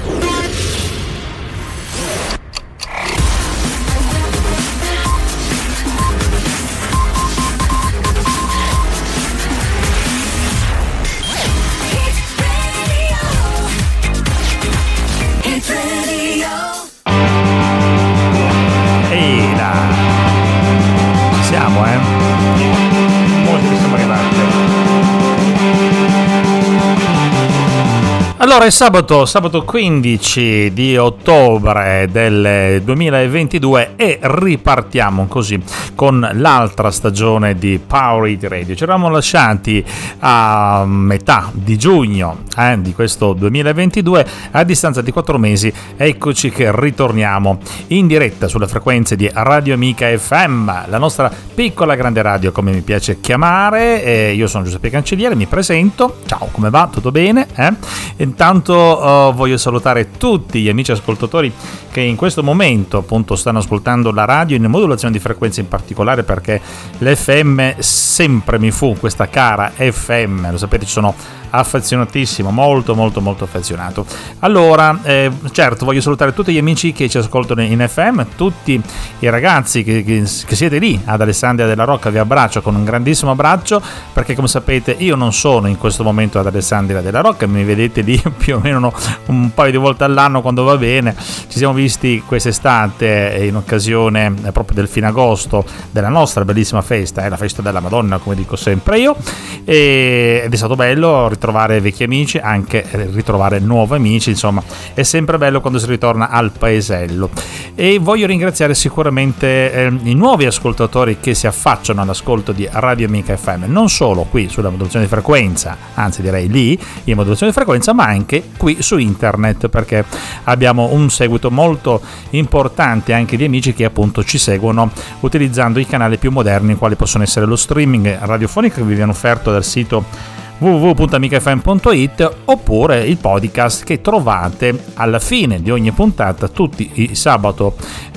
Allora è sabato 15 di ottobre del 2022 e ripartiamo così con l'altra stagione di Power It Radio. Ci eravamo lasciati a metà di giugno di questo 2022, a distanza di 4 mesi eccoci che ritorniamo in diretta sulle frequenze di Radio Amica FM, la nostra piccola grande radio come mi piace chiamare. Io sono Giuseppe Cancelliere, mi presento, ciao, come va? Tutto bene? Intanto voglio salutare tutti gli amici ascoltatori che in questo momento appunto stanno ascoltando la radio in modulazione di frequenza, in particolare perché l'FM sempre mi fu questa cara FM, lo sapete, ci sono affezionatissimo, molto affezionato. Allora certo voglio salutare tutti gli amici che ci ascoltano in FM, tutti i ragazzi che siete lì ad Alessandria della Rocca, vi abbraccio con un grandissimo abbraccio, perché come sapete io non sono in questo momento ad Alessandria della Rocca, mi vedete lì più o meno un paio di volte all'anno quando va bene. Ci siamo visti quest'estate in occasione proprio del fine agosto della nostra bellissima festa, la festa della Madonna come dico sempre io, ed è stato bello ritrovare vecchi amici, anche ritrovare nuovi amici, insomma è sempre bello quando si ritorna al paesello. E voglio ringraziare sicuramente i nuovi ascoltatori che si affacciano all'ascolto di Radio Amica FM, non solo qui sulla modulazione di frequenza, anzi direi lì in modulazione di frequenza, ma anche qui su internet, perché abbiamo un seguito molto importante anche di amici che appunto ci seguono utilizzando i canali più moderni, quali possono essere lo streaming radiofonico che vi viene offerto dal sito www.amicafm.it oppure il podcast che trovate alla fine di ogni puntata. Tutti i sabato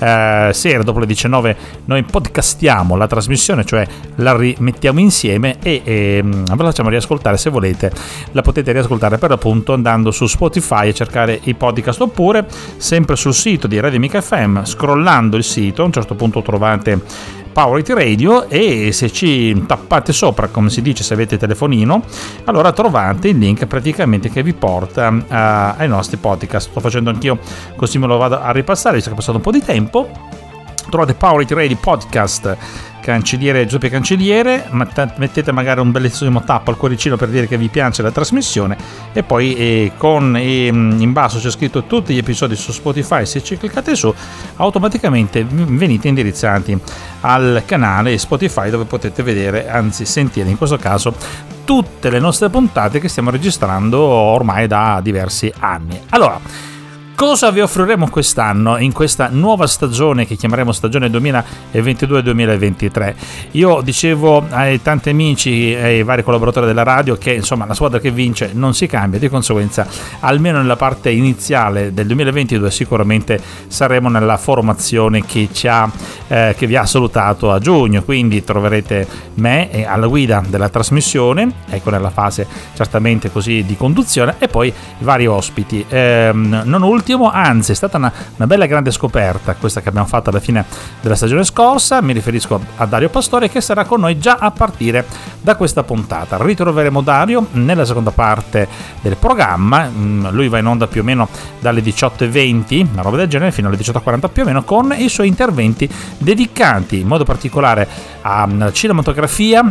sera dopo le 19 noi podcastiamo la trasmissione, cioè la rimettiamo insieme e ve la facciamo riascoltare. Se volete la potete riascoltare per l'appunto andando su Spotify e cercare i podcast, oppure sempre sul sito di Radio Amica FM, scrollando il sito a un certo punto trovate Power It Radio e se ci tappate sopra, come si dice se avete telefonino, allora trovate il link praticamente che vi porta ai nostri podcast. Sto facendo anch'io così me lo vado a ripassare visto che è passato un po' di tempo. Trovate Power It Radio Podcast Cancelliere, Giuseppe Cancelliere, mettete magari un bellissimo tappo al cuoricino per dire che vi piace la trasmissione e poi in basso c'è scritto tutti gli episodi su Spotify. Se ci cliccate su automaticamente venite indirizzati al canale Spotify dove potete vedere, anzi sentire in questo caso, tutte le nostre puntate che stiamo registrando ormai da diversi anni. Allora, cosa vi offriremo quest'anno in questa nuova stagione che chiameremo stagione 2022-2023? Io dicevo ai tanti amici e ai vari collaboratori della radio che insomma la squadra che vince non si cambia, di conseguenza almeno nella parte iniziale del 2022 sicuramente saremo nella formazione che vi ha salutato a giugno, quindi troverete me alla guida della trasmissione, ecco, nella fase certamente così di conduzione, e poi i vari ospiti. Non ultimo, anzi è stata una bella grande scoperta questa che abbiamo fatto alla fine della stagione scorsa, mi riferisco a Dario Pastore che sarà con noi già a partire da questa puntata. Ritroveremo Dario nella seconda parte del programma, lui va in onda più o meno dalle 18:20, una roba del genere, fino alle 18:40 più o meno, con i suoi interventi dedicati in modo particolare a cinematografia,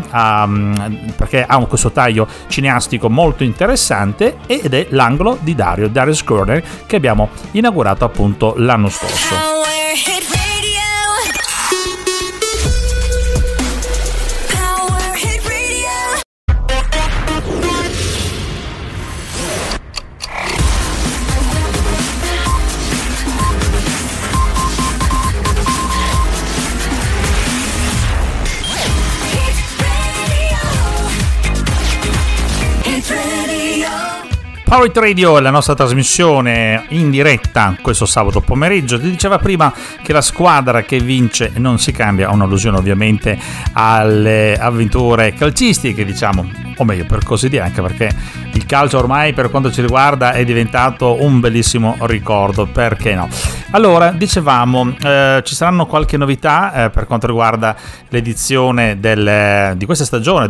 perché ha questo taglio cineastico molto interessante, ed è l'angolo di Dario's Corner che abbiamo inaugurato appunto l'anno scorso. Power It Radio è la nostra trasmissione in diretta questo sabato pomeriggio. Ti diceva prima che la squadra che vince non si cambia, un'allusione ovviamente alle avventure calcistiche, diciamo, o meglio per così dire, anche perché il calcio ormai per quanto ci riguarda è diventato un bellissimo ricordo, perché no? Allora, dicevamo, ci saranno qualche novità per quanto riguarda l'edizione di questa stagione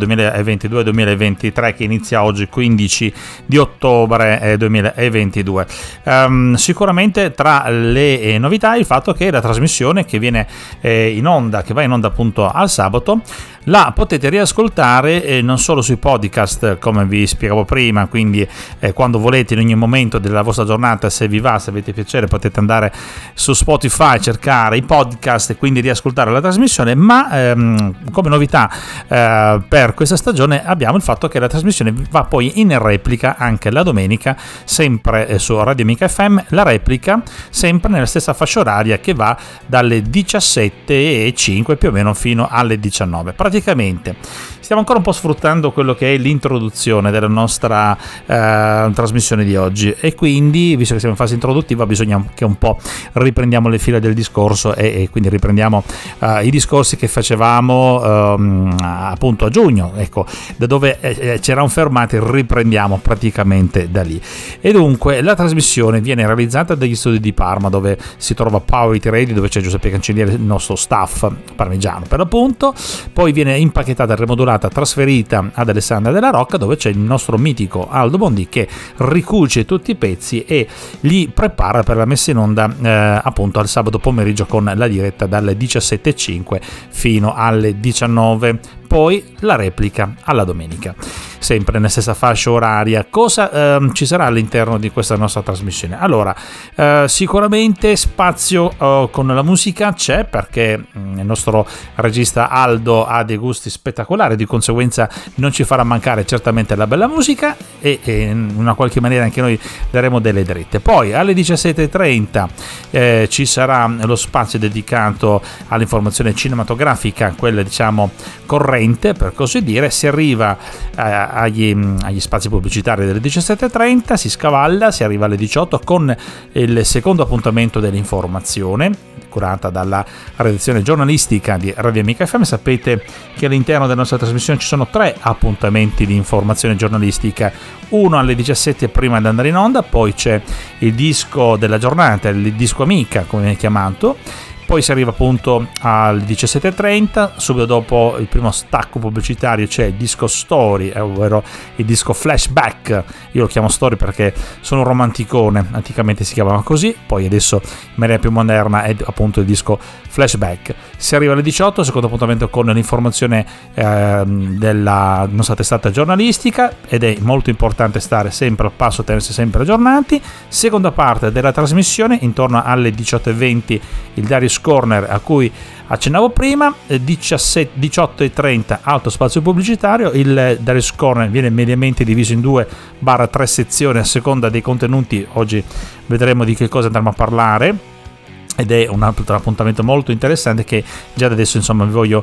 2022-2023 che inizia oggi 15 di ottobre 2022. Sicuramente tra le novità il fatto che la trasmissione che viene in onda, che va in onda appunto al sabato, la potete riascoltare non solo sui podcast come vi spiegavo prima, quindi quando volete in ogni momento della vostra giornata, se vi va, se avete piacere potete andare su Spotify, cercare i podcast e quindi riascoltare la trasmissione, ma come novità per questa stagione abbiamo il fatto che la trasmissione va poi in replica anche la domenica, sempre su Radio Amica FM, la replica sempre nella stessa fascia oraria che va dalle 17:05 più o meno fino alle 19. Praticamente stiamo ancora un po' sfruttando quello che è l'introduzione della nostra trasmissione di oggi, e quindi, visto che siamo in fase introduttiva, bisogna che un po' riprendiamo le fila del discorso e quindi riprendiamo i discorsi che facevamo appunto a giugno, ecco, da dove ci eravamo fermati, riprendiamo praticamente da lì. E dunque la trasmissione viene realizzata dagli studi di Parma, dove si trova Power It Radio, dove c'è Giuseppe Cancelliere, il nostro staff parmigiano per l'appunto. Poi viene impacchettata, rimodulata, trasferita ad Alessandria della Rocca, dove c'è il nostro mitico Aldo Bondi che ricuce tutti i pezzi e li prepara per la messa in onda appunto al sabato pomeriggio con la diretta dalle 17:05 fino alle 19, poi la replica alla domenica, sempre nella stessa fascia oraria. Cosa ci sarà all'interno di questa nostra trasmissione? Allora, sicuramente spazio con la musica c'è, perché il nostro regista Aldo ha dei gusti spettacolari, di conseguenza non ci farà mancare certamente la bella musica, e in una qualche maniera anche noi daremo delle dritte. Poi alle 17:30 ci sarà lo spazio dedicato all'informazione cinematografica, quella diciamo corrente per così dire. Si arriva agli spazi pubblicitari delle 17:30, si scavalla, si arriva alle 18 con il secondo appuntamento dell'informazione curata dalla redazione giornalistica di Radio Amica FM. Sapete che all'interno della nostra trasmissione ci sono 3 appuntamenti di informazione giornalistica, uno alle 17 prima di andare in onda, poi c'è il disco della giornata, il disco Amica come viene chiamato. Poi si arriva appunto alle 17:30, subito dopo il primo stacco pubblicitario c'è il disco Story, ovvero il disco Flashback. Io lo chiamo Story perché sono un romanticone, anticamente si chiamava così, poi adesso in maniera più moderna è appunto il disco Flashback. Si arriva alle 18, secondo appuntamento con l'informazione della nostra testata giornalistica, ed è molto importante stare sempre al passo, tenersi sempre aggiornati. Seconda parte della trasmissione, intorno alle 18:20 il Darius Corner a cui accennavo prima, 18:30 alto spazio pubblicitario. Il Darius Corner viene mediamente diviso in 2/3 sezioni a seconda dei contenuti. Oggi vedremo di che cosa andremo a parlare, ed è un altro appuntamento molto interessante che già da adesso insomma vi voglio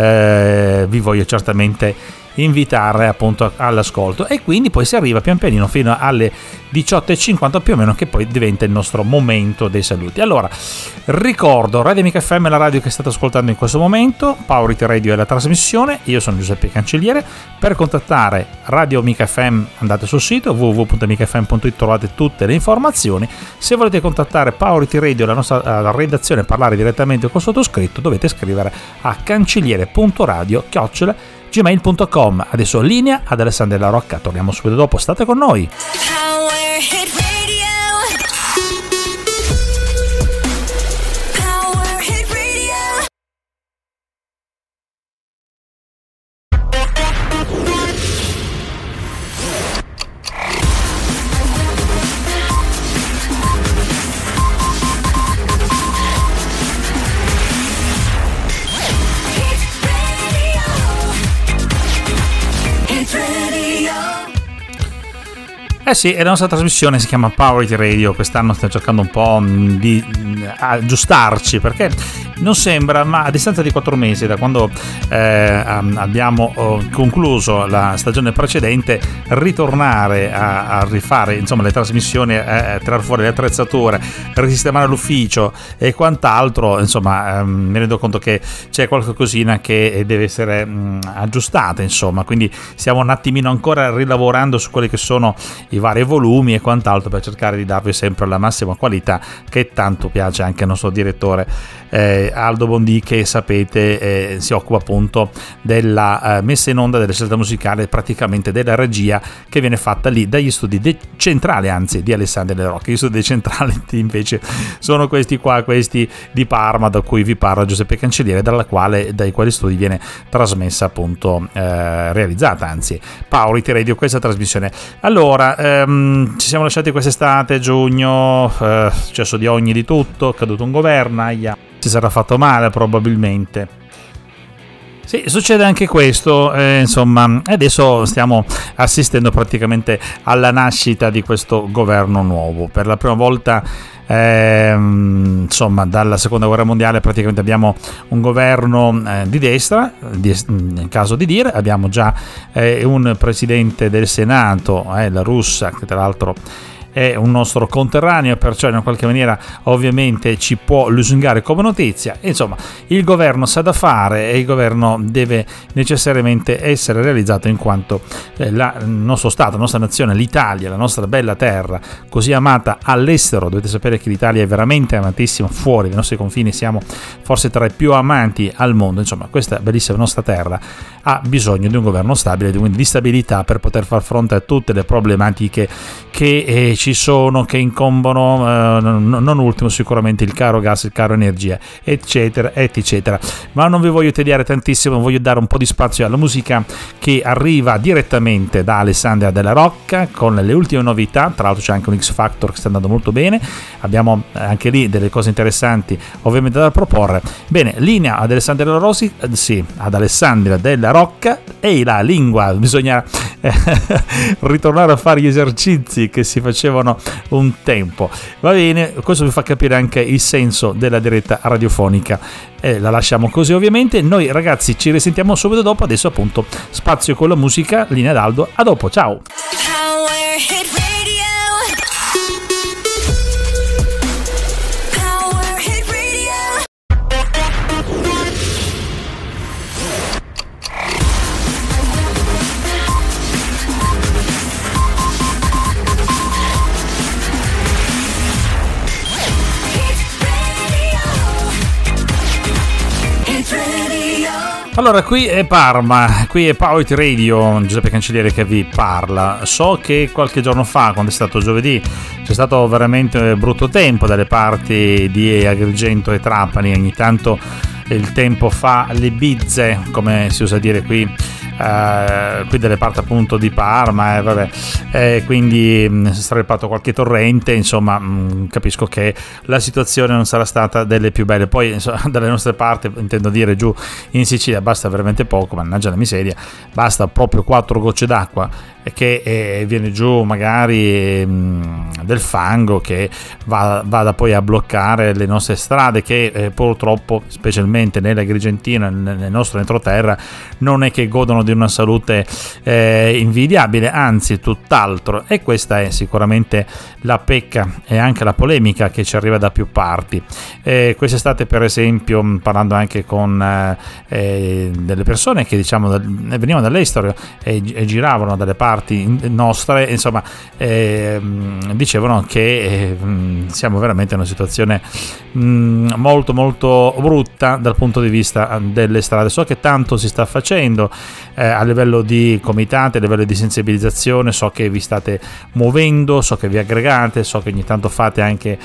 certamente invitare appunto all'ascolto. E quindi poi si arriva pian pianino fino alle 18:50 più o meno, che poi diventa il nostro momento dei saluti. Allora, ricordo Radio Amica FM è la radio che state ascoltando in questo momento, Power It Radio è la trasmissione, io sono Giuseppe Cancelliere. Per contattare Radio Amica FM andate sul sito www.amicafm.it, trovate tutte le informazioni. Se volete contattare Power It Radio, la nostra redazione, parlare direttamente col sottoscritto, dovete scrivere a cancelliere.radio@gmail.com. Adesso linea ad Alessandria della Rocca, torniamo subito dopo, state con noi. Power Hit Radio. Power Hit Radio. Hit Radio. Eh sì, e la nostra trasmissione si chiama Power It Radio. Quest'anno stiamo cercando un po' di aggiustarci, perché non sembra, ma a distanza di 4 mesi da quando abbiamo concluso la stagione precedente, ritornare a rifare insomma le trasmissioni, a tirar fuori le attrezzature, risistemare l'ufficio e quant'altro, insomma mi rendo conto che c'è qualcosina che deve essere aggiustata, insomma, quindi stiamo un attimino ancora rilavorando su quelli che sono i vari volumi e quant'altro per cercare di darvi sempre la massima qualità che tanto piace anche al nostro direttore Aldo Bondi, che sapete si occupa appunto della messa in onda delle scelte musicali, praticamente della regia che viene fatta lì dagli studi centrali, anzi di Alessandria delle Rocche. Gli studi centrali invece sono questi qua, questi di Parma, da cui vi parla Giuseppe Cancelliere, dai quali studi viene trasmessa appunto realizzata, anzi Power Radio, questa trasmissione. Allora ci siamo lasciati quest'estate, giugno, è successo di ogni di tutto, è caduto un governo, si sarà fatto male probabilmente. Sì, succede anche questo, insomma, adesso stiamo assistendo praticamente alla nascita di questo governo nuovo. Per la prima volta, insomma, dalla seconda guerra mondiale praticamente abbiamo un governo di destra, nel caso di dire, abbiamo già un presidente del Senato, La Russa, che tra l'altro è un nostro conterraneo, perciò in una qualche maniera ovviamente ci può lusingare come notizia. Insomma, il governo sa da fare e il governo deve necessariamente essere realizzato, in quanto il nostro Stato, la nostra nazione, l'Italia, la nostra bella terra, così amata all'estero. Dovete sapere che l'Italia è veramente amatissima fuori dai nostri confini, siamo forse tra i più amanti al mondo. Insomma, questa bellissima nostra terra ha bisogno di un governo stabile, di stabilità per poter far fronte a tutte le problematiche che ci sono, che incombono, non ultimo sicuramente il caro gas, il caro energia, eccetera eccetera. Ma non vi voglio tediare tantissimo, voglio dare un po' di spazio alla musica che arriva direttamente da Alessandria della Rocca con le ultime novità. Tra l'altro c'è anche un X Factor che sta andando molto bene, abbiamo anche lì delle cose interessanti ovviamente da proporre. Bene, linea ad Alessandria della Rossi, sì, ad Alessandria della Rocca. E la lingua, bisogna ritornare a fare gli esercizi che si facevano un tempo. Va bene, questo vi fa capire anche il senso della diretta radiofonica. La lasciamo così ovviamente. Noi ragazzi ci risentiamo subito dopo. Adesso appunto spazio con la musica, linea d'Aldo. A dopo, ciao. Power Hit Radio. Power Hit Radio. Hit Radio. Allora, qui è Parma, qui è Power Radio, Giuseppe Cancelliere che vi parla. So che qualche giorno fa, quando è stato giovedì, c'è stato veramente brutto tempo dalle parti di Agrigento e Trapani. Ogni tanto il tempo fa le bizze, come si usa dire qui dalle parti appunto di Parma, quindi è strappato qualche torrente, insomma capisco che la situazione non sarà stata delle più belle. Poi insomma, dalle nostre parti, intendo dire giù in Sicilia, basta veramente poco, mannaggia la miseria, basta proprio 4 gocce d'acqua che viene giù magari del fango che vada poi a bloccare le nostre strade, che purtroppo specialmente nell'Agrigentina, nel nostro entroterra, non è che godono di una salute invidiabile, anzi tutt'altro. E questa è sicuramente la pecca e anche la polemica che ci arriva da più parti. Quest'estate, per esempio, parlando anche con delle persone che diciamo venivano dall'estero e giravano dalle parti nostre, insomma dicevano che siamo veramente in una situazione molto molto brutta dal punto di vista delle strade. So che tanto si sta facendo a livello di comitati, a livello di sensibilizzazione, so che vi state muovendo, so che vi aggregate, so che ogni tanto fate anche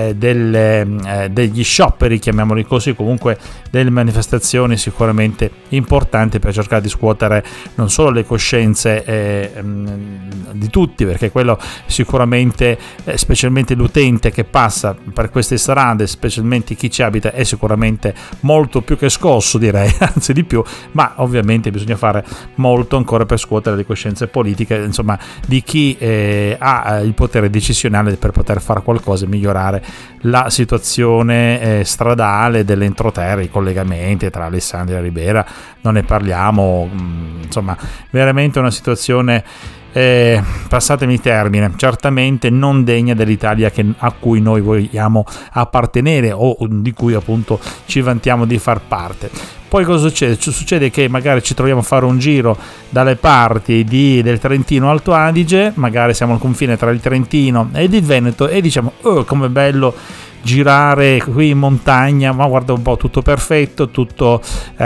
degli scioperi, chiamiamoli così, comunque delle manifestazioni sicuramente importanti per cercare di scuotere non solo le coscienze di tutti, perché quello sicuramente, specialmente l'utente che passa per queste strade, specialmente chi ci abita, è sicuramente molto più che scosso, direi, anzi di più, ma ovviamente bisogna fare molto ancora per scuotere le coscienze politiche, insomma, di chi ha il potere decisionale per poter fare qualcosa e migliorare la situazione stradale dell'entroterra, i collegamenti tra Alessandria e Ribera, non ne parliamo, insomma, veramente una situazione, passatemi il termine, certamente non degna dell'Italia a cui noi vogliamo appartenere o di cui appunto ci vantiamo di far parte. Poi cosa succede? Succede che magari ci troviamo a fare un giro dalle parti del Trentino Alto Adige, magari siamo al confine tra il Trentino ed il Veneto e diciamo, oh, com'è bello girare qui in montagna, ma guarda un po', tutto perfetto, tutto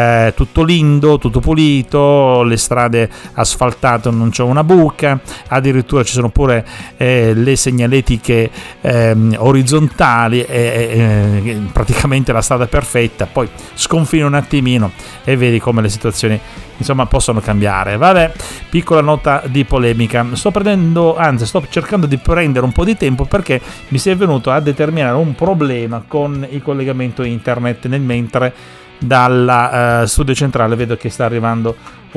lindo, tutto pulito, le strade asfaltate, non c'è una buca, addirittura ci sono pure le segnaletiche orizzontali, praticamente la strada è perfetta. Poi sconfini un attimino e vedi come le situazioni, insomma, possono cambiare. Vabbè, piccola nota di polemica. Sto cercando di prendere un po' di tempo perché mi si è venuto a determinare un problema con il collegamento internet, nel mentre dalla studio centrale vedo che sta arrivando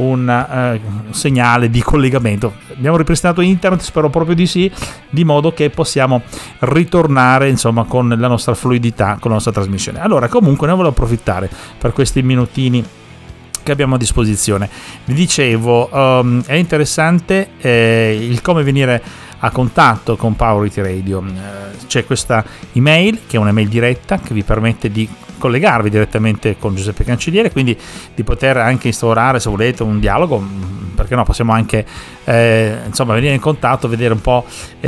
un segnale di collegamento. Abbiamo ripristinato internet, spero proprio di sì, di modo che possiamo ritornare, insomma, con la nostra fluidità, con la nostra trasmissione. Allora, comunque, ne volevo approfittare per questi minutini che abbiamo a disposizione. Vi dicevo, è interessante il come venire a contatto con Power It Radio. C'è questa email, che è un'email diretta, che vi permette di collegarvi direttamente con Giuseppe Cancelliere, quindi di poter anche instaurare, se volete, un dialogo, perché no, possiamo anche insomma venire in contatto, vedere un po'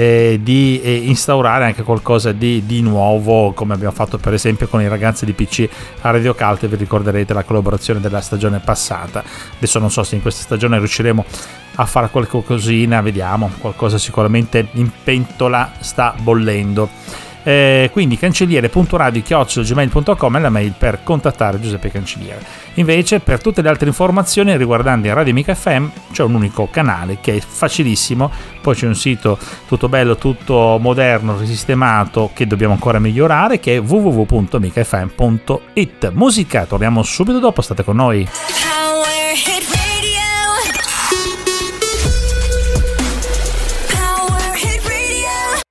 di instaurare anche qualcosa di nuovo, come abbiamo fatto per esempio con i ragazzi di PC a Radio Cult. Vi ricorderete la collaborazione della stagione passata. Adesso non so se in questa stagione riusciremo a fare qualcosina, vediamo, qualcosa sicuramente in pentola sta bollendo. Quindi cancelliere.radio@gmail.com è la mail per contattare Giuseppe Cancelliere. Invece, per tutte le altre informazioni riguardanti Radio Amica FM c'è un unico canale che è facilissimo. Poi c'è un sito tutto bello, tutto moderno, risistemato, che dobbiamo ancora migliorare, che è www.amicafm.it. Musica, torniamo subito dopo, state con noi. Power Hit Radio. Power Hit Radio.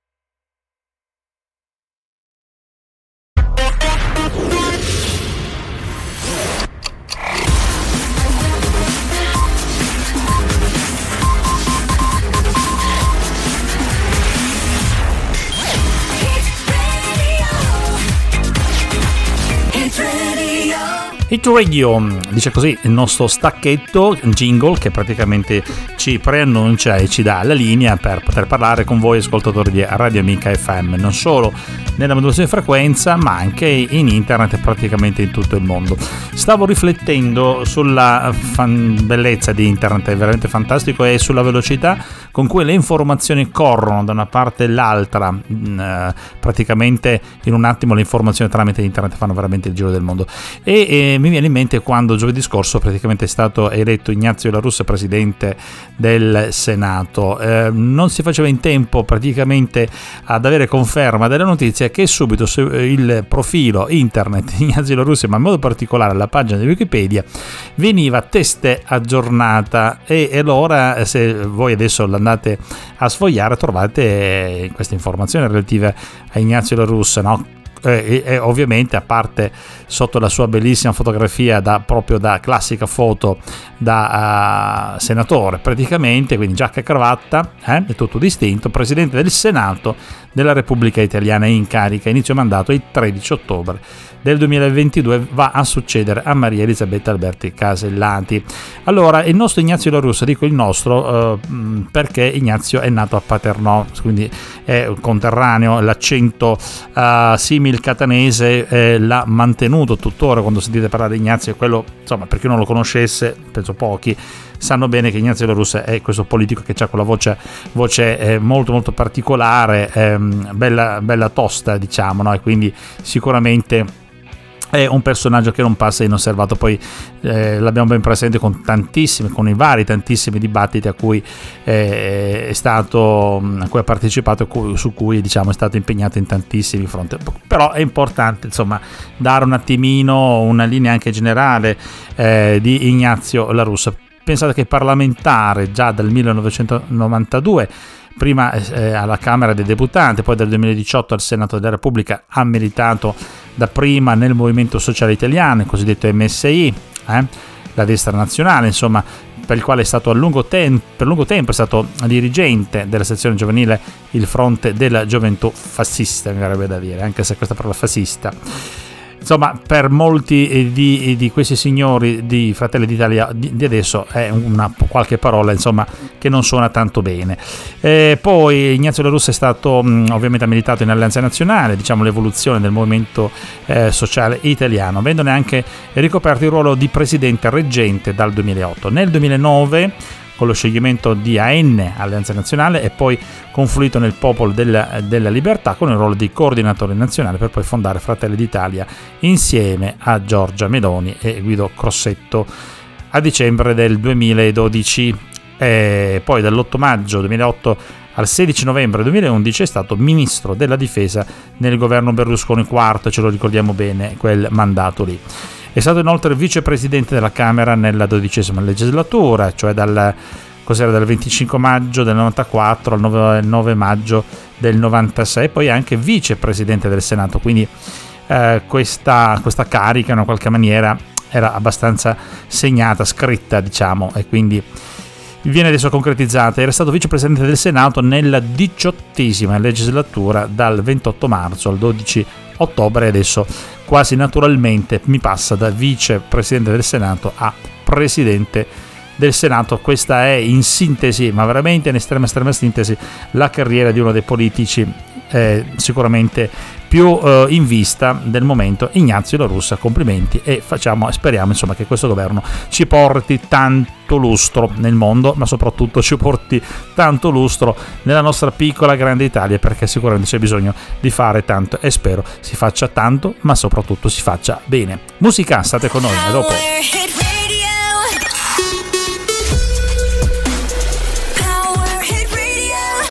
Hit Radio. Hit Radio, dice così il nostro stacchetto, jingle che praticamente ci preannuncia e ci dà la linea per poter parlare con voi ascoltatori di Radio Amica FM, non solo nella modulazione di frequenza ma anche in internet e praticamente in tutto il mondo. Stavo riflettendo sulla bellezza di internet, è veramente fantastico, e sulla velocità con cui le informazioni corrono da una parte all'altra, praticamente in un attimo le informazioni tramite internet fanno veramente il giro del mondo. E mi viene in mente quando giovedì scorso praticamente è stato eletto Ignazio La Russa presidente del Senato. Non si faceva in tempo praticamente ad avere conferma della notizia che subito il profilo internet di Ignazio La Russa, ma in modo particolare la pagina di Wikipedia, veniva teste aggiornata, e allora se voi adesso l'andate a sfogliare trovate queste informazioni relative a Ignazio La Russa, no? E ovviamente, a parte sotto la sua bellissima fotografia proprio da classica foto da senatore praticamente, quindi giacca e cravatta, è tutto distinto, presidente del Senato della Repubblica Italiana in carica, inizio mandato il 13 ottobre del 2022, va a succedere a Maria Elisabetta Alberti Casellati. Allora, il nostro Ignazio La Russa, dico il nostro perché Ignazio è nato a Paternò, quindi è conterraneo, l'accento simil catanese l'ha mantenuto tuttora. Quando sentite parlare di Ignazio, è quello, insomma, per chi non lo conoscesse, penso pochi sanno bene che Ignazio La Russa è questo politico che ha quella voce molto molto particolare, bella tosta, diciamo, no? E quindi sicuramente è un personaggio che non passa inosservato. Poi l'abbiamo ben presente con tantissimi dibattiti a cui ha partecipato, su cui diciamo è stato impegnato in tantissimi fronti. Però è importante insomma dare un attimino una linea anche generale di Ignazio La Russa. Pensate che è parlamentare già dal 1992, prima alla Camera dei Deputati, poi dal 2018 al Senato della Repubblica. Ha militato dapprima nel Movimento Sociale Italiano, il cosiddetto MSI, la destra nazionale, insomma, per il quale è stato per lungo tempo è stato dirigente della sezione giovanile Il Fronte della Gioventù Fascista, mi verrebbe da dire, anche se questa parola fascista, insomma, per molti di questi signori di Fratelli d'Italia di adesso è qualche parola insomma che non suona tanto bene. Poi Ignazio La Russa è stato ovviamente ha militato in Alleanza Nazionale, diciamo l'evoluzione del movimento sociale italiano, avendone anche ricoperto il ruolo di presidente reggente dal 2008. Nel 2009, con lo scioglimento di AN, Alleanza Nazionale, e poi confluito nel Popolo della Libertà con il ruolo di coordinatore nazionale, per poi fondare Fratelli d'Italia insieme a Giorgia Meloni e Guido Crosetto a dicembre del 2012. Poi dall'8 maggio 2008 al 16 novembre 2011 è stato ministro della difesa nel governo Berlusconi IV, ce lo ricordiamo bene quel mandato lì. È stato inoltre vicepresidente della Camera nella XII legislatura, cioè dal 25 maggio del 94 al 9 maggio del 96, poi anche vicepresidente del Senato, quindi questa carica in una qualche maniera era abbastanza segnata, scritta, diciamo, e quindi viene adesso concretizzata. Era stato vicepresidente del Senato nella XVIII legislatura dal 28 marzo al 12 ottobre e adesso quasi naturalmente mi passa da vicepresidente del Senato a presidente del Senato. Questa è in sintesi, ma veramente in estrema sintesi, la carriera di uno dei politici sicuramente più in vista del momento, Ignazio La Russa. Complimenti, e speriamo insomma che questo governo ci porti tanto lustro nel mondo, ma soprattutto ci porti tanto lustro nella nostra piccola grande Italia, perché sicuramente c'è bisogno di fare tanto e spero si faccia tanto, ma soprattutto si faccia bene. Musica, state con noi, a dopo. Power Hit Radio. Power Hit Radio.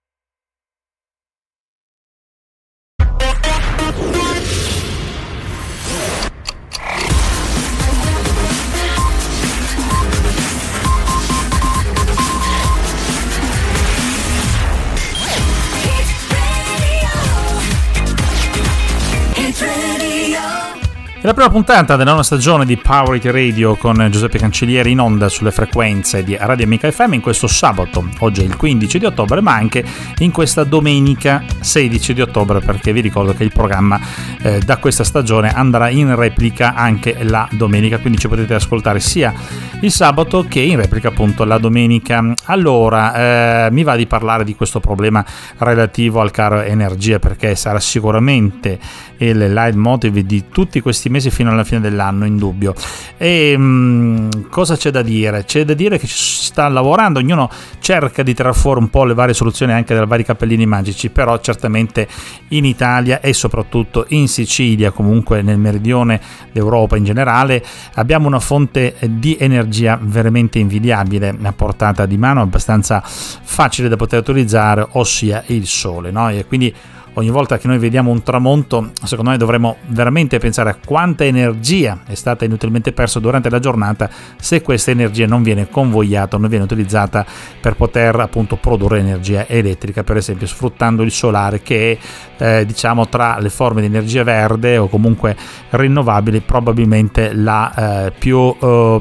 Hit Radio. È la prima puntata della nuova stagione di Power Hit Radio con Giuseppe Cancellieri in onda sulle frequenze di Radio Amica FM in questo sabato, oggi è il 15 di ottobre, ma anche in questa domenica 16 di ottobre, perché vi ricordo che il programma da questa stagione andrà in replica anche la domenica, quindi ci potete ascoltare sia il sabato che in replica appunto la domenica. Allora, mi va di parlare di questo problema relativo al caro energia, perché sarà sicuramente il leitmotiv di tutti questi mesi fino alla fine dell'anno, indubbio. E cosa c'è da dire? C'è da dire che ci sta lavorando, ognuno cerca di tirar fuori un po' le varie soluzioni anche dai vari cappellini magici, però certamente in Italia e soprattutto in Sicilia, comunque nel meridione d'Europa in generale, abbiamo una fonte di energia veramente invidiabile, a portata di mano, abbastanza facile da poter utilizzare, ossia il sole, no? E quindi ogni volta che noi vediamo un tramonto, secondo me dovremmo veramente pensare a quanta energia è stata inutilmente persa durante la giornata se questa energia non viene convogliata, non viene utilizzata per poter appunto produrre energia elettrica, per esempio sfruttando il solare, che è diciamo tra le forme di energia verde o comunque rinnovabili probabilmente la più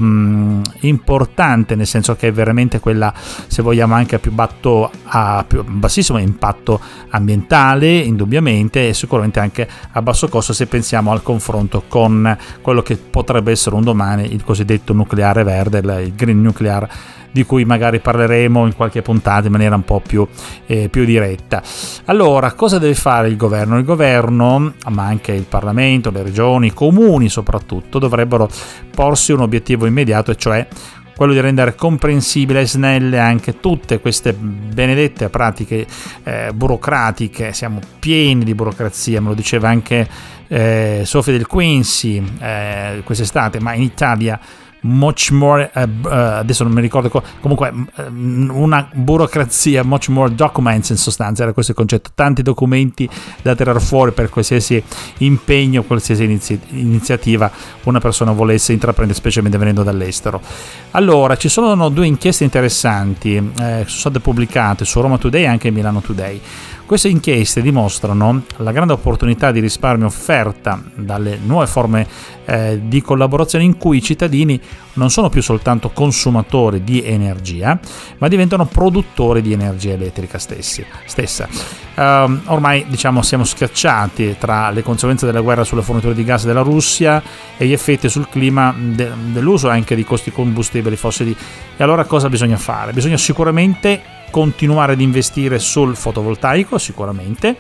importante, nel senso che è veramente quella, se vogliamo, anche a più bassissimo impatto ambientale, indubbiamente, e sicuramente anche a basso costo se pensiamo al confronto con quello che potrebbe essere un domani il cosiddetto nucleare verde, il green nuclear, di cui magari parleremo in qualche puntata in maniera un po' più diretta. Allora, cosa deve fare il governo? Il governo, ma anche il Parlamento, le regioni, i comuni soprattutto, dovrebbero porsi un obiettivo immediato, e cioè quello di rendere comprensibile e snelle anche tutte queste benedette pratiche burocratiche. Siamo pieni di burocrazia, me lo diceva anche Sophie Del Quincy quest'estate, ma in Italia much more adesso non mi ricordo comunque una burocrazia, much more documents, in sostanza era questo il concetto, tanti documenti da tirare fuori per qualsiasi impegno, qualsiasi iniziativa una persona volesse intraprendere, specialmente venendo dall'estero. Allora, ci sono 2 inchieste interessanti sono state pubblicate su Roma Today e anche Milano Today. Queste inchieste dimostrano la grande opportunità di risparmio offerta dalle nuove forme di collaborazione, in cui i cittadini non sono più soltanto consumatori di energia, ma diventano produttori di energia elettrica stessa. Ormai diciamo siamo schiacciati tra le conseguenze della guerra sulle forniture di gas della Russia e gli effetti sul clima dell'uso anche di costi combustibili fossili. E allora cosa bisogna fare? Bisogna sicuramente continuare ad investire sul fotovoltaico, sicuramente,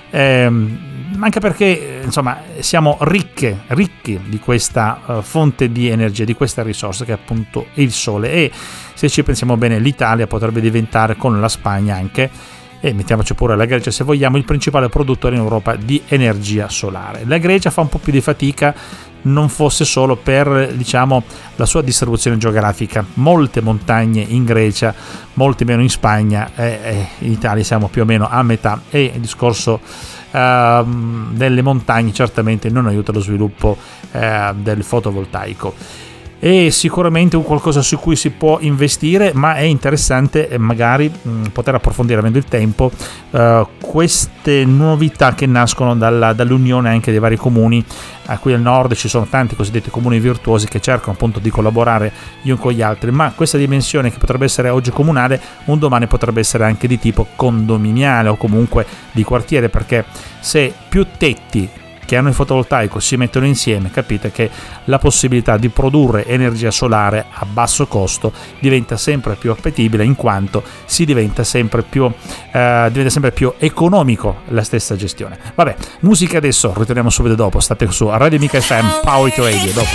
anche perché insomma siamo ricchi di questa fonte di energia, di questa risorsa che è appunto il sole, e se ci pensiamo bene l'Italia potrebbe diventare, con la Spagna anche, e mettiamoci pure la Grecia se vogliamo, il principale produttore in Europa di energia solare. La Grecia fa un po' più di fatica, non fosse solo per, diciamo, la sua distribuzione geografica. Molte montagne in Grecia, molti meno in Spagna, in Italia siamo più o meno a metà, e il discorso delle montagne certamente non aiuta lo sviluppo del fotovoltaico. È sicuramente un qualcosa su cui si può investire, ma è interessante magari poter approfondire, avendo il tempo, queste novità che nascono dall'unione anche dei vari comuni. Qui al nord ci sono tanti cosiddetti comuni virtuosi che cercano appunto di collaborare gli uni con gli altri, ma questa dimensione, che potrebbe essere oggi comunale, un domani potrebbe essere anche di tipo condominiale o comunque di quartiere, perché se più tetti che hanno il fotovoltaico si mettono insieme, capite che la possibilità di produrre energia solare a basso costo diventa sempre più appetibile, in quanto diventa sempre più economico la stessa gestione. Vabbè, musica adesso, ritorniamo subito dopo. State su Radio Amica FM, Power Hit Radio, dopo.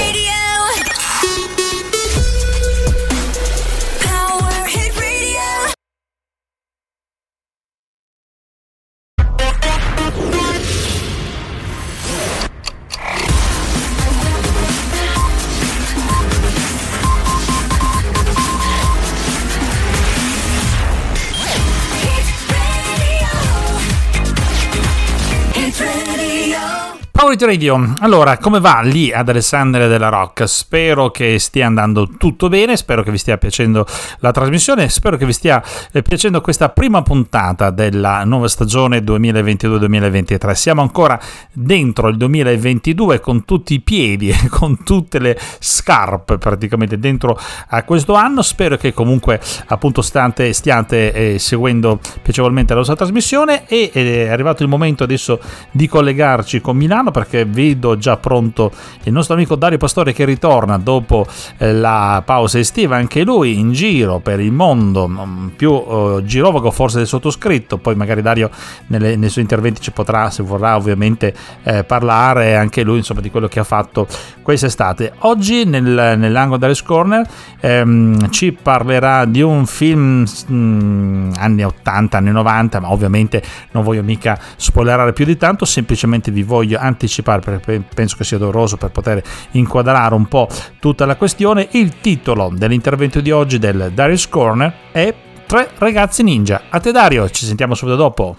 Radio. Allora, come va lì ad Alessandria della Rocca? Spero che stia andando tutto bene, spero che vi stia piacendo la trasmissione, spero che vi stia piacendo questa prima puntata della nuova stagione 2022-2023. Siamo ancora dentro il 2022 con tutti i piedi e con tutte le scarpe praticamente dentro a questo anno. Spero che comunque appunto stiate seguendo piacevolmente la nostra trasmissione, e è arrivato il momento adesso di collegarci con Milano, perché vedo già pronto il nostro amico Dario Pastore, che ritorna dopo la pausa estiva, anche lui in giro per il mondo, più girovago forse del sottoscritto. Poi magari Dario nei suoi interventi ci potrà, se vorrà ovviamente, parlare anche lui insomma di quello che ha fatto quest'estate. Oggi nell'angolo Darius Corner ci parlerà di un film anni 80, anni 90, ma ovviamente non voglio mica spoilerare più di tanto, semplicemente vi voglio anticipare, perché penso che sia doveroso per poter inquadrare un po' tutta la questione. Il titolo dell'intervento di oggi del Darius Corner è 3 ragazzi ninja. A te Dario, ci sentiamo subito dopo.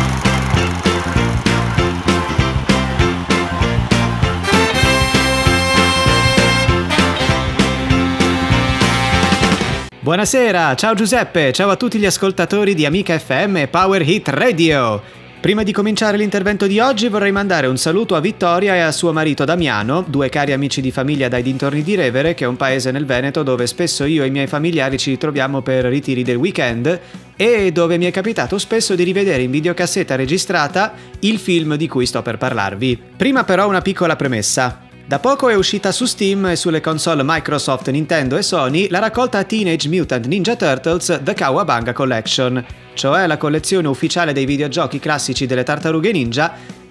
Buonasera, ciao Giuseppe, ciao a tutti gli ascoltatori di Amica FM e Power Hit Radio. Prima di cominciare l'intervento di oggi vorrei mandare un saluto a Vittoria e a suo marito Damiano, 2 cari amici di famiglia dai dintorni di Revere, che è un paese nel Veneto dove spesso io e i miei familiari ci ritroviamo per ritiri del weekend, e dove mi è capitato spesso di rivedere in videocassetta registrata il film di cui sto per parlarvi. Prima però una piccola premessa. Da poco è uscita su Steam e sulle console Microsoft, Nintendo e Sony la raccolta Teenage Mutant Ninja Turtles The Cowabunga Collection, cioè la collezione ufficiale dei videogiochi classici delle tartarughe ninja,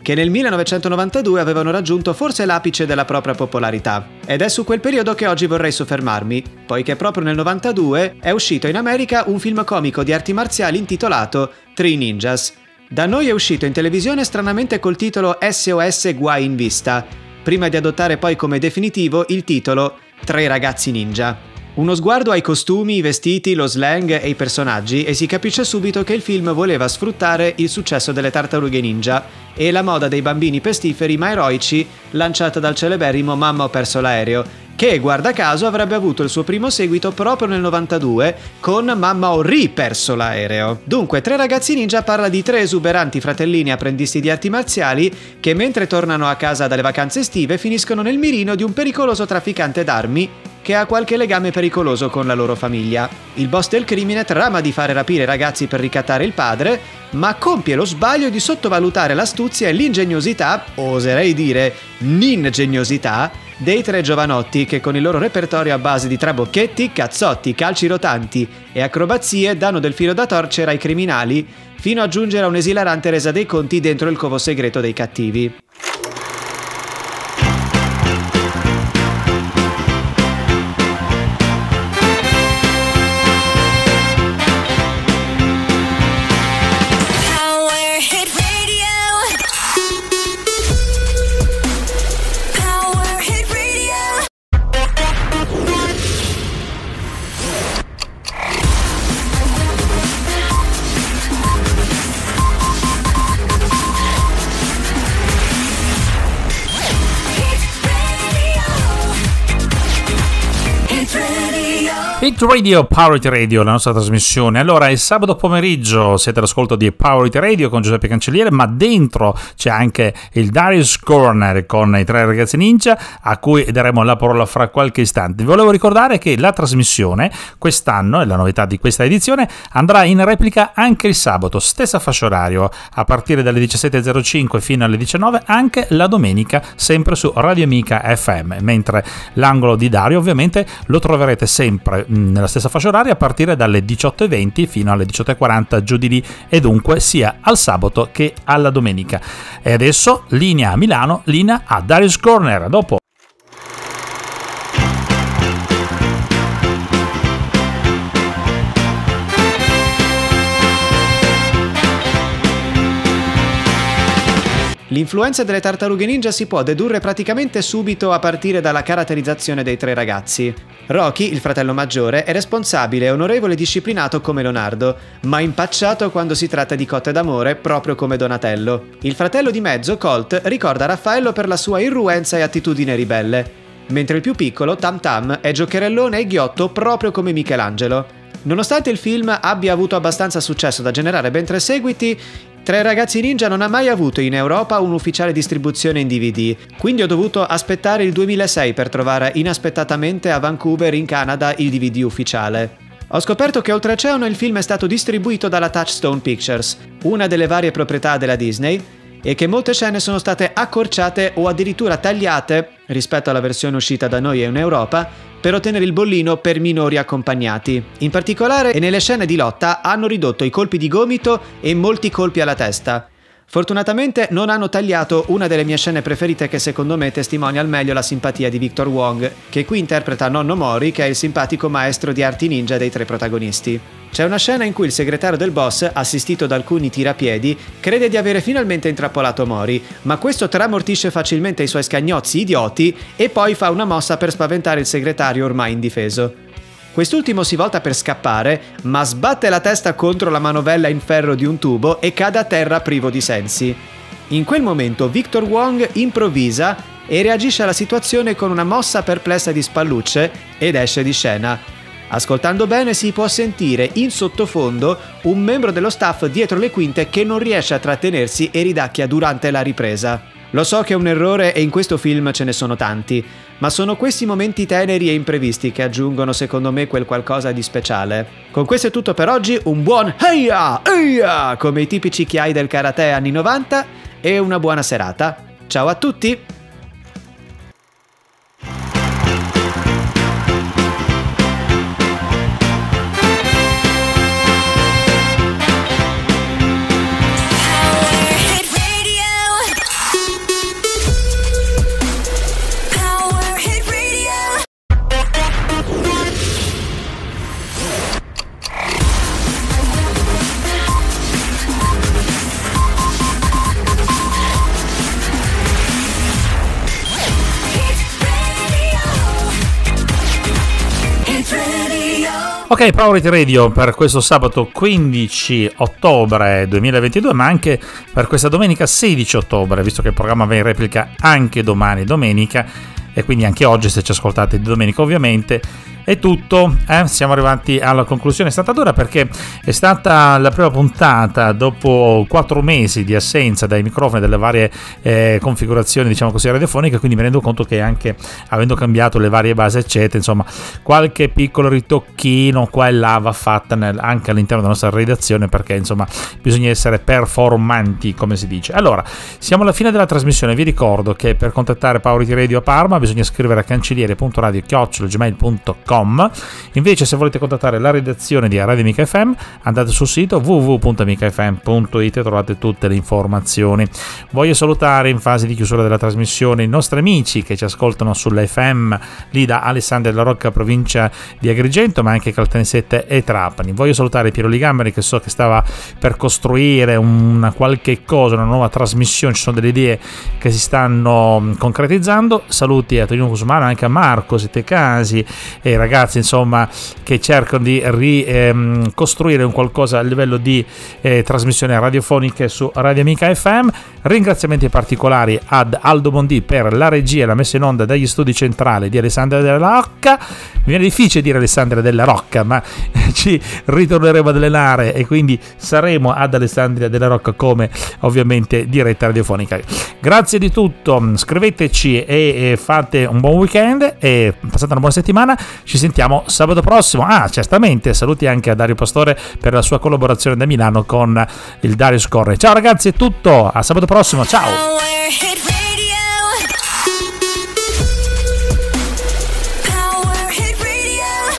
che nel 1992 avevano raggiunto forse l'apice della propria popolarità. Ed è su quel periodo che oggi vorrei soffermarmi, poiché proprio nel 92 è uscito in America un film comico di arti marziali intitolato Three Ninjas. Da noi è uscito in televisione stranamente col titolo SOS Guai in Vista, prima di adottare poi come definitivo il titolo Tre ragazzi ninja. Uno sguardo ai costumi, i vestiti, lo slang e i personaggi e si capisce subito che il film voleva sfruttare il successo delle tartarughe ninja e la moda dei bambini pestiferi ma eroici lanciata dal celeberrimo Mamma ho perso l'aereo, che guarda caso avrebbe avuto il suo primo seguito proprio nel 92 con Mamma ho riperso l'aereo. Dunque, Tre ragazzi ninja parla di tre esuberanti fratellini apprendisti di arti marziali che mentre tornano a casa dalle vacanze estive finiscono nel mirino di un pericoloso trafficante d'armi che ha qualche legame pericoloso con la loro famiglia. Il boss del crimine trama di fare rapire i ragazzi per ricattare il padre, ma compie lo sbaglio di sottovalutare l'astuzia e l'ingegnosità, oserei dire n'ingegnosità, dei tre giovanotti che con il loro repertorio a base di trabocchetti, cazzotti, calci rotanti e acrobazie danno del filo da torcere ai criminali fino a giungere a un'esilarante resa dei conti dentro il covo segreto dei cattivi. Power Hit Radio. Power Hit Radio. Hit Radio. Hit Radio, Power Hit Radio, la nostra trasmissione. Allora, è sabato pomeriggio, siete all'ascolto di Power Hit Radio con Giuseppe Cancelliere, ma dentro c'è anche il Darius Corner con i Tre ragazzi ninja, a cui daremo la parola fra qualche istante. Vi volevo ricordare che la trasmissione quest'anno, è la novità di questa edizione, andrà in replica anche il sabato, stessa fascia orario, a partire dalle 17.05 fino alle 19, anche la domenica, sempre su Radio Amica FM, mentre l'angolo di Dario ovviamente lo troverete sempre nella stessa fascia oraria a partire dalle 18.20 fino alle 18.40 giù di lì, e dunque sia al sabato che alla domenica. E adesso linea a Milano, linea a Darius Corner. A dopo. L'influenza delle tartarughe ninja si può dedurre praticamente subito a partire dalla caratterizzazione dei tre ragazzi. Rocky, il fratello maggiore, è responsabile, onorevole e disciplinato come Leonardo, ma impacciato quando si tratta di cotte d'amore, proprio come Donatello. Il fratello di mezzo, Colt, ricorda Raffaello per la sua irruenza e attitudine ribelle, mentre il più piccolo, Tam Tam, è giocherellone e ghiotto proprio come Michelangelo. Nonostante il film abbia avuto abbastanza successo da generare ben 3 seguiti, Tre ragazzi ninja non ha mai avuto in Europa un'ufficiale distribuzione in DVD, quindi ho dovuto aspettare il 2006 per trovare inaspettatamente a Vancouver in Canada il DVD ufficiale. Ho scoperto che oltreoceano il film è stato distribuito dalla Touchstone Pictures, una delle varie proprietà della Disney, e che molte scene sono state accorciate o addirittura tagliate rispetto alla versione uscita da noi e in Europa per ottenere il bollino per minori accompagnati. In particolare, nelle scene di lotta hanno ridotto i colpi di gomito e molti colpi alla testa. Fortunatamente non hanno tagliato una delle mie scene preferite che secondo me testimonia al meglio la simpatia di Victor Wong, che qui interpreta Nonno Mori, che è il simpatico maestro di arti ninja dei tre protagonisti. C'è una scena in cui il segretario del boss, assistito da alcuni tirapiedi, crede di avere finalmente intrappolato Mori, ma questo tramortisce facilmente i suoi scagnozzi idioti e poi fa una mossa per spaventare il segretario ormai indifeso. Quest'ultimo si volta per scappare, ma sbatte la testa contro la manovella in ferro di un tubo e cade a terra privo di sensi. In quel momento Victor Wong improvvisa e reagisce alla situazione con una mossa perplessa di spallucce ed esce di scena. Ascoltando bene si può sentire in sottofondo un membro dello staff dietro le quinte che non riesce a trattenersi e ridacchia durante la ripresa. Lo so che è un errore e in questo film ce ne sono tanti, ma sono questi momenti teneri e imprevisti che aggiungono secondo me quel qualcosa di speciale. Con questo è tutto per oggi, un buon heia, heia, come i tipici chiai del karate anni 90 e una buona serata. Ciao a tutti! Ok, Power Hit Radio per questo sabato 15 ottobre 2022, ma anche per questa domenica 16 ottobre, visto che il programma va in replica anche domani domenica e quindi anche oggi, se ci ascoltate di domenica ovviamente. È tutto, siamo arrivati alla conclusione. È stata dura perché è stata la prima puntata dopo 4 mesi di assenza dai microfoni delle varie configurazioni, diciamo così, radiofoniche, quindi mi rendo conto che anche avendo cambiato le varie basi eccetera, insomma qualche piccolo ritocchino qua e là va fatta anche all'interno della nostra redazione, perché insomma bisogna essere performanti, come si dice. Allora, siamo alla fine della trasmissione. Vi ricordo che per contattare Power Hit Radio a Parma bisogna scrivere a cancelliere.radio@gmail.com. Invece, se volete contattare la redazione di Radio Amica FM, andate sul sito www.amicafm.it e trovate tutte le informazioni. Voglio salutare in fase di chiusura della trasmissione i nostri amici che ci ascoltano sull'FM lì da Alessandria della Rocca, provincia di Agrigento, ma anche Caltanissette e Trapani. Voglio salutare Piero Ligamberi, che so che stava per costruire una qualche cosa, una nuova trasmissione, ci sono delle idee che si stanno concretizzando. Saluti a Tonino Cusumano, anche a Marco Sittecasi e ragazzi insomma che cercano di ricostruire un qualcosa a livello di trasmissione radiofoniche su Radio Amica FM. Ringraziamenti particolari ad Aldo Bondi per la regia e la messa in onda dagli studi centrali di Alessandria della Rocca. Mi viene difficile dire Alessandria della Rocca, ma ci ritorneremo ad allenare e quindi saremo ad Alessandria della Rocca come ovviamente diretta radiofonica. Grazie di tutto, scriveteci e fate un buon weekend e passate una buona settimana. Ci sentiamo sabato prossimo. Certamente saluti anche a Dario Pastore per la sua collaborazione da Milano con il Dario Scorre. Ciao ragazzi, è tutto, a sabato prossimo, ciao.